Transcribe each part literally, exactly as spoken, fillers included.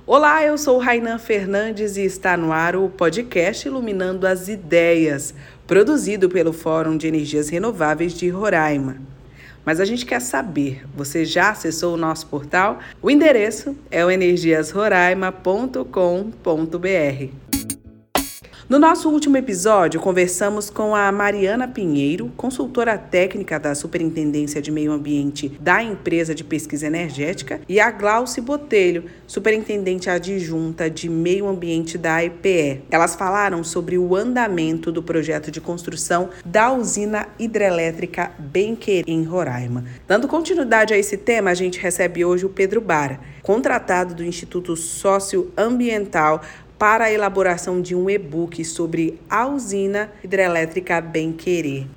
Olá, eu sou Rainan Fernandes e está no ar o podcast Iluminando as Ideias, produzido pelo Fórum de Energias Renováveis de Roraima. Mas a gente quer saber, você já acessou o nosso portal? O endereço é o energias roraima ponto com ponto b r. No nosso último episódio, conversamos com a Mariana Pinheiro, consultora técnica da Superintendência de Meio Ambiente da Empresa de Pesquisa Energética, e a Glauci Botelho, superintendente adjunta de Meio Ambiente da I P E. Elas falaram sobre o andamento do projeto de construção da usina hidrelétrica Bem-Querer, em Roraima. Dando continuidade a esse tema, a gente recebe hoje o Pedro Bara, contratado do Instituto Socioambiental para a elaboração de um e-book sobre a usina hidrelétrica Bem-Querer.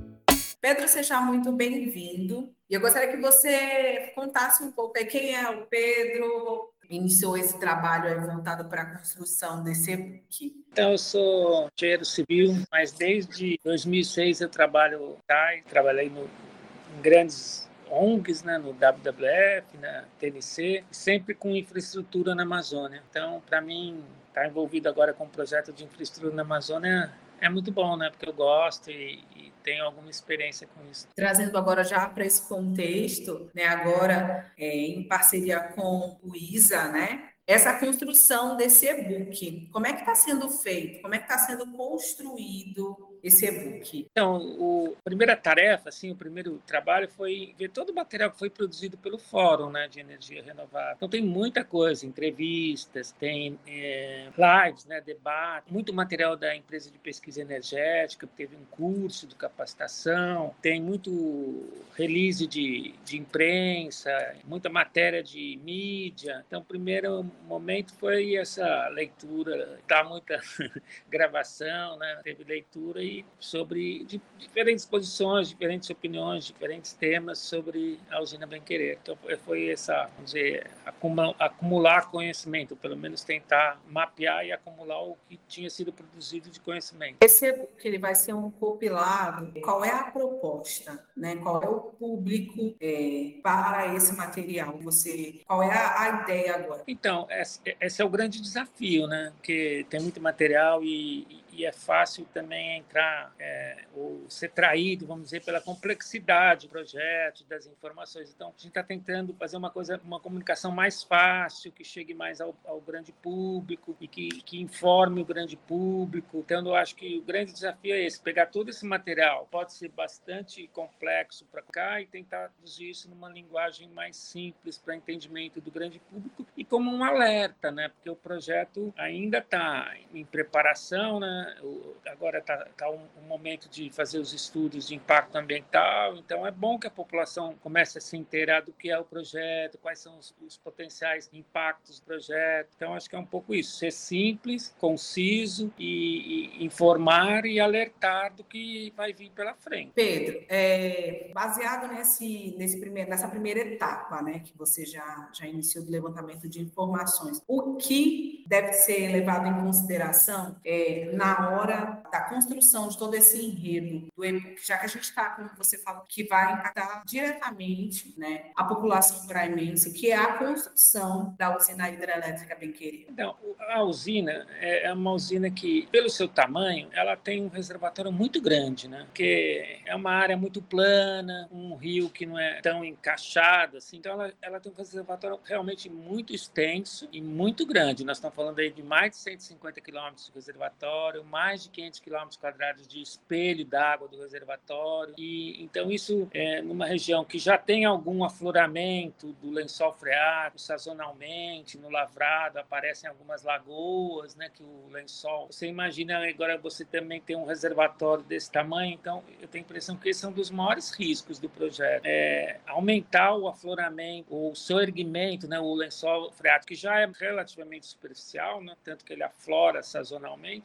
Pedro, seja muito bem-vindo. E eu gostaria que você contasse um pouco aí quem é o Pedro, iniciou esse trabalho aí voltado para a construção desse e-book. Então, eu sou engenheiro civil, mas desde dois mil e seis eu trabalho, tá? trabalhei no, em grandes O N Gs, né, no W W F, na T N C, sempre com infraestrutura na Amazônia. Então, para mim, estar tá envolvido agora com um projeto de infraestrutura na Amazônia é muito bom, né, porque eu gosto e, e tenho alguma experiência com isso. Trazendo agora já para esse contexto, né, agora é, em parceria com o I S A, né, essa construção desse e-book, como é que está sendo feito? Como é que está sendo construído esse e-book? Então, o, a primeira tarefa, assim, o primeiro trabalho foi ver todo o material que foi produzido pelo Fórum, né, de Energia Renovável. Então, tem muita coisa, entrevistas, tem é, lives, né, debate, muito material da empresa de pesquisa energética, teve um curso de capacitação, tem muito release de, de imprensa, muita matéria de mídia. Então, o primeiro momento foi essa leitura, tá muita gravação, né, teve leitura e sobre de, diferentes posições, diferentes opiniões, diferentes temas sobre a usina Bem-Querer. Então foi essa, vamos dizer, acumular, acumular conhecimento, pelo menos tentar mapear e acumular o que tinha sido produzido de conhecimento. Esse e-book ele vai ser um compilado. Qual é a proposta, né? Qual é o público é, para esse material? Você, qual é a, a ideia agora? Então, esse, esse é o grande desafio, né? Porque tem muito material e e é fácil também entrar é, ou ser traído, vamos dizer, pela complexidade do projeto, das informações. Então, a gente está tentando fazer uma coisa, uma comunicação mais fácil, que chegue mais ao, ao grande público e que, que informe o grande público. Então, eu acho que o grande desafio é esse, pegar todo esse material, pode ser bastante complexo para cá, e tentar traduzir isso numa linguagem mais simples para entendimento do grande público e como um alerta, né? Porque o projeto ainda está em preparação, né? Agora está tá um, um momento de fazer os estudos de impacto ambiental, então é bom que a população comece a se inteirar do que é o projeto, quais são os, os potenciais impactos do projeto. Então, acho que é um pouco isso, ser simples, conciso e, e informar e alertar do que vai vir pela frente. Pedro, é, baseado nesse, nesse primeiro, nessa primeira etapa, né, que você já, já iniciou do levantamento de informações, o que deve ser levado em consideração é, na hora da construção de todo esse enredo do e-book, já que a gente está, como você falou, que vai impactar diretamente, né, a população roraimense, que é a construção da usina hidrelétrica Bem-Querer. Então, a usina é uma usina que, pelo seu tamanho, ela tem um reservatório muito grande, né? Porque é uma área muito plana, um rio que não é tão encaixado, assim. Então, ela, ela tem um reservatório realmente muito extenso e muito grande. Nós estamos falando aí de mais de cento e cinquenta quilômetros de reservatório, mais de quinhentos quilômetros quadrados de espelho d'água do reservatório. E então isso é numa região que já tem algum afloramento do lençol freático, sazonalmente no lavrado aparecem algumas lagoas, né, que o lençol, você imagina agora você também tem um reservatório desse tamanho. Então eu tenho a impressão que esse é um dos maiores riscos do projeto, é aumentar o afloramento, o seu erguimento, né, o lençol freático, que já é relativamente superficial, né, tanto que ele aflora sazonalmente, tem mais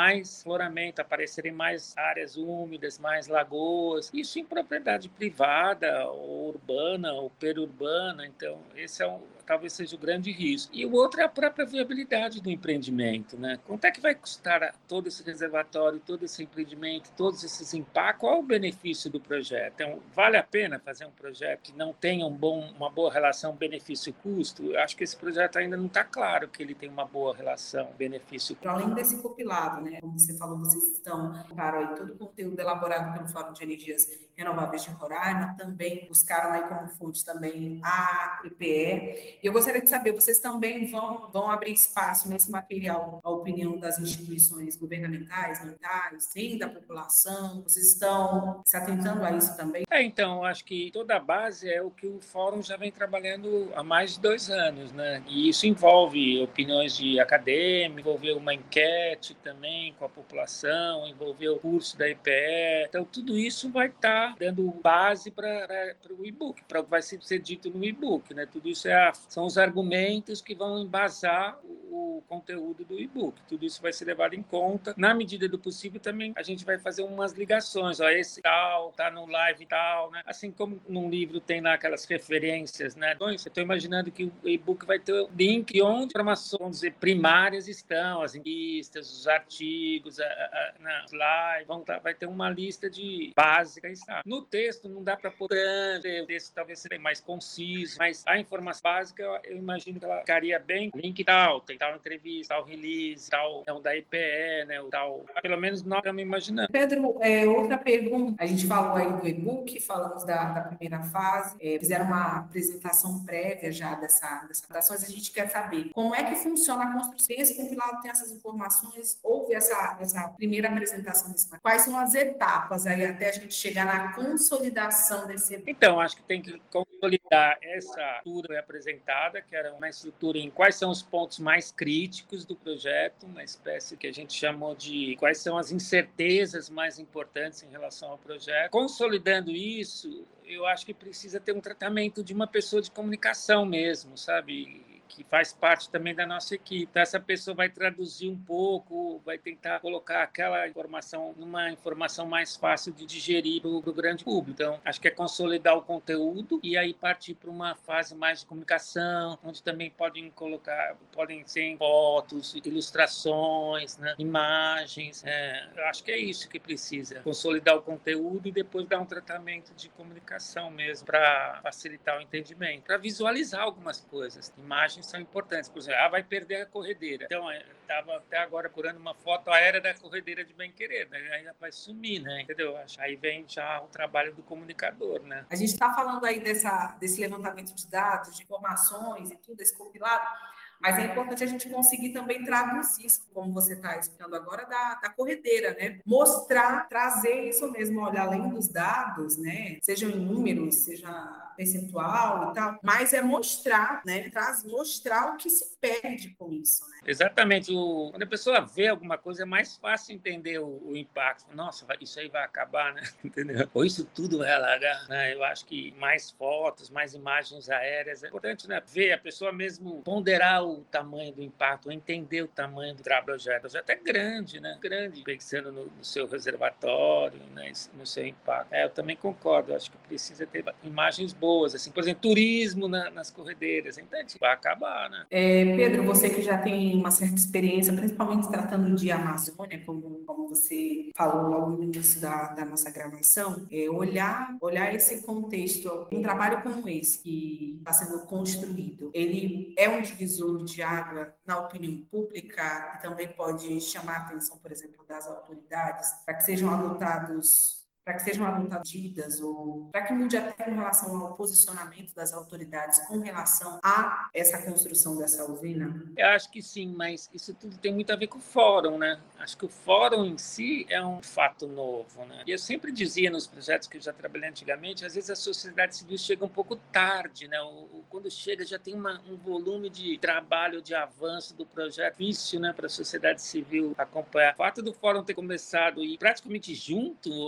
mais floramento, aparecerem mais áreas úmidas, mais lagoas. Isso em propriedade privada, ou urbana, ou periurbana. Então, esse é um, talvez seja o grande risco. E o outro é a própria viabilidade do empreendimento, né? Quanto é que vai custar todo esse reservatório, todo esse empreendimento, todos esses impactos? Qual o benefício do projeto? Então, vale a pena fazer um projeto que não tenha um bom, uma boa relação benefício-custo? Eu acho que esse projeto ainda não está claro que ele tem uma boa relação benefício-custo. Além desse compilado, né? Como você falou, vocês estão para aí todo o conteúdo elaborado pelo Fórum de Energias Renováveis de Roraima, também buscaram aí como fonte também a I P E. E eu gostaria de saber, vocês também vão, vão abrir espaço nesse material à opinião das instituições governamentais, ambientais, sim, da população? Vocês estão se atentando a isso também? É, então, acho que toda a base é o que o Fórum já vem trabalhando há mais de dois anos, né? E isso envolve opiniões de acadêmicos, envolveu uma enquete também com a população, envolveu o curso da I P E. Então, tudo isso vai estar dando base para o e-book, para o que vai ser dito no e-book, né? Tudo isso é a, são os argumentos que vão embasar o, o conteúdo do e-book. Tudo isso vai ser levado em conta. Na medida do possível, também a gente vai fazer umas ligações. Ó, esse tal, tá no live tal, né? Assim como num livro tem lá aquelas referências, né? Então, eu estou imaginando que o e-book vai ter o link onde informações, vamos dizer, primárias estão, as revistas, os artigos, a, a, na live, vão tá, vai ter uma lista de básicas. Tá? No texto não dá para pôr grande, o texto talvez seja mais conciso, mas a informação básica eu, eu imagino que ela ficaria bem. Link tal, tem tal entrevista, tal release, tal é um da I P E, né? O tal, pelo menos nós estamos imaginando. Pedro, é, outra pergunta. A gente falou aí do e-book, falamos da, da primeira fase, é, fizeram uma apresentação prévia já dessa, dessas ações. A gente quer saber como é que funciona a construção. Esse compilado tem essas informações, houve essa, essa primeira apresentação desse. Quais são as etapas aí até a gente chegar na consolidação desse e-book? Então, acho que tem que consolidar essa estrutura apresentada, que era uma estrutura em quais são os pontos mais críticos do projeto, uma espécie que a gente chamou de quais são as incertezas mais importantes em relação ao projeto. Consolidando isso, eu acho que precisa ter um tratamento de uma pessoa de comunicação mesmo, sabe? Que faz parte também da nossa equipe. Então, essa pessoa vai traduzir um pouco, vai tentar colocar aquela informação numa informação mais fácil de digerir para o grande público. Então, acho que é consolidar o conteúdo e aí partir para uma fase mais de comunicação, onde também podem colocar, podem ser fotos, ilustrações, né? Imagens. É, eu acho que é isso que precisa. Consolidar o conteúdo e depois dar um tratamento de comunicação mesmo para facilitar o entendimento, para visualizar algumas coisas. Imagens são importantes. Por exemplo, ah, vai perder a corredeira. Então, eu estava até agora procurando uma foto aérea da corredeira de Bem-Querer, né? Aí vai sumir, né? Entendeu? Aí vem já o trabalho do comunicador, né? A gente está falando aí dessa, desse levantamento de dados, de informações e tudo, esse compilado, mas é importante a gente conseguir também traduzir isso, como você está explicando agora, da, da corredeira, né? Mostrar, trazer isso mesmo, olha, além dos dados, né? Sejam em números, seja percentual e tal, mas é mostrar, né? Traz, mostrar o que se perde com isso, né? Exatamente. O, quando a pessoa vê alguma coisa, é mais fácil entender o, o impacto. Nossa, vai, isso aí vai acabar, né? Entendeu? Ou isso tudo vai alagar, né? Eu acho que mais fotos, mais imagens aéreas. É importante, né? Ver a pessoa mesmo ponderar o tamanho do impacto, entender o tamanho do projeto. O projeto é grande, né? Grande, pensando no, no seu reservatório, né? No seu impacto. É, eu também concordo. Eu acho que precisa ter imagens boas, assim, por exemplo, turismo na, nas corredeiras. Então, vai acabar, né? É, Pedro, você que já tem uma certa experiência, principalmente tratando de Amazônia, como, como você falou logo no início da, da nossa gravação, é olhar, olhar esse contexto, um trabalho como esse que está sendo construído, ele é um divisor de água na opinião pública e também pode chamar a atenção, por exemplo, das autoridades para que sejam adotados para que sejam adotadas medidas ou para que mude até com relação ao posicionamento das autoridades com relação a essa construção dessa usina? Eu acho que sim, mas isso tudo tem muito a ver com o fórum, né? Acho que o fórum em si é um fato novo, né? E eu sempre dizia nos projetos que eu já trabalhei antigamente, às vezes a sociedade civil chega um pouco tarde, né? O, o, quando chega já tem uma, um volume de trabalho, de avanço do projeto difícil, né, para a sociedade civil acompanhar. O fato do fórum ter começado e praticamente junto, quando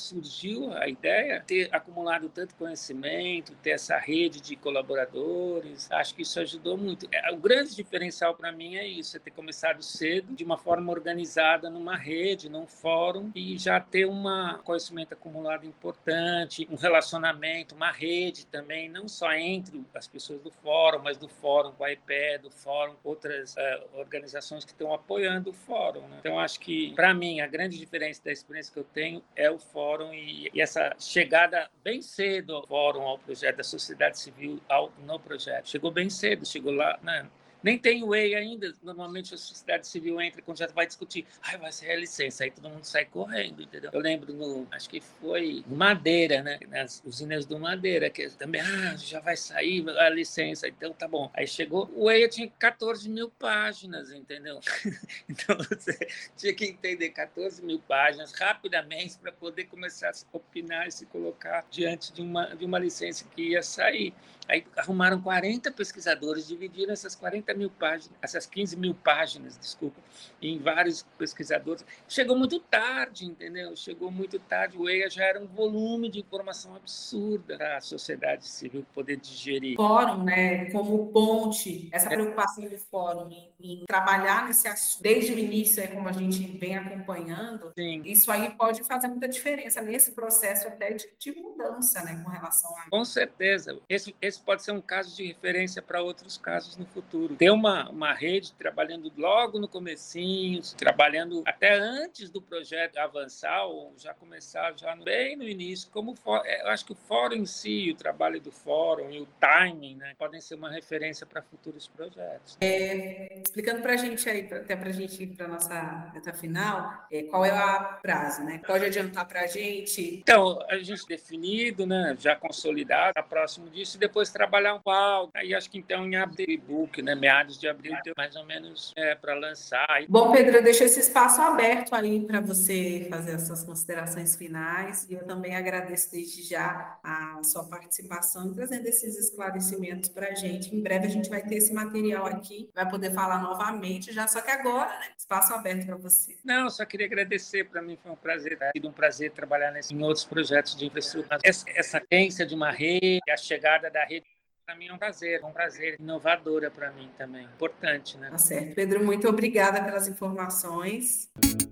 surgiu a ideia, ter acumulado tanto conhecimento, ter essa rede de colaboradores, acho que isso ajudou muito. O grande diferencial para mim é isso, é ter começado cedo, de uma forma organizada, numa rede, num fórum, e já ter um conhecimento acumulado importante, um relacionamento, uma rede também, não só entre as pessoas do fórum, mas do fórum com a I P E, do fórum com outras uh, organizações que estão apoiando o fórum, né? Então, acho que, para mim, a grande diferença da experiência que eu tenho é o fórum e, e essa chegada bem cedo ao fórum, ao projeto da sociedade civil, ao, no projeto. Chegou bem cedo, chegou lá, né? Nem tem o E I ainda, normalmente a sociedade civil entra quando já vai discutir, ai, vai ser a licença, aí todo mundo sai correndo, entendeu? Eu lembro, no, acho que foi no Madeira, né? Nas usinas do Madeira, que também, ah, já vai sair a licença, então tá bom. Aí chegou, o E I A tinha catorze mil páginas, entendeu? Então você tinha que entender catorze mil páginas rapidamente para poder começar a se opinar e se colocar diante de uma, de uma licença que ia sair. Aí arrumaram quarenta pesquisadores, dividiram essas quarenta mil páginas, essas quinze mil páginas, desculpa, em vários pesquisadores. Chegou muito tarde, entendeu? Chegou muito tarde. O E I A já era um volume de informação absurda para a sociedade civil poder digerir. Fórum, né, como ponte, essa preocupação do fórum em, em trabalhar nesse assunto desde o início, é como a gente vem acompanhando, Sim. Isso aí pode fazer muita diferença nesse processo até de, de mudança, né, com relação a... Com certeza. Esse, esse pode ser um caso de referência para outros casos no futuro. Ter uma, uma rede trabalhando logo no comecinho, trabalhando até antes do projeto avançar, ou já começar já bem no início. Como for, eu acho que o fórum em si, o trabalho do fórum e o timing, né, podem ser uma referência para futuros projetos. É, explicando para a gente aí, até para a gente ir para a nossa reta final, é, qual é o prazo, né? Pode adiantar para a gente? Então, a gente definido, né, já consolidado, tá próximo disso, e depois trabalhar um pau. Aí acho que então em abril, e-book, né, meados de abril, mais ou menos é, para lançar. Bom, Pedro, eu deixo esse espaço aberto aí para você fazer as suas considerações finais, e eu também agradeço desde já a sua participação, trazendo esses esclarecimentos para a gente. Em breve a gente vai ter esse material aqui, vai poder falar novamente, já só que agora, né, espaço aberto para você. Não, só queria agradecer, para mim foi um prazer, é sido um prazer trabalhar nesse, em outros projetos de infraestrutura. Essa, essa tendência de uma rede, a chegada da rede, para mim é um prazer, um prazer inovadora para mim também, importante, né? Tá certo. Pedro, muito obrigada pelas informações.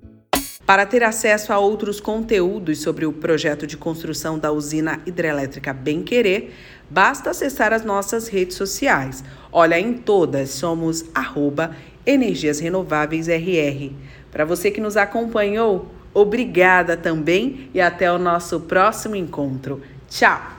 Para ter acesso a outros conteúdos sobre o projeto de construção da usina hidrelétrica Bem Querer, basta acessar as nossas redes sociais. Olha, em todas somos arroba Energias Renováveis R R. Para você que nos acompanhou, obrigada também e até o nosso próximo encontro. Tchau!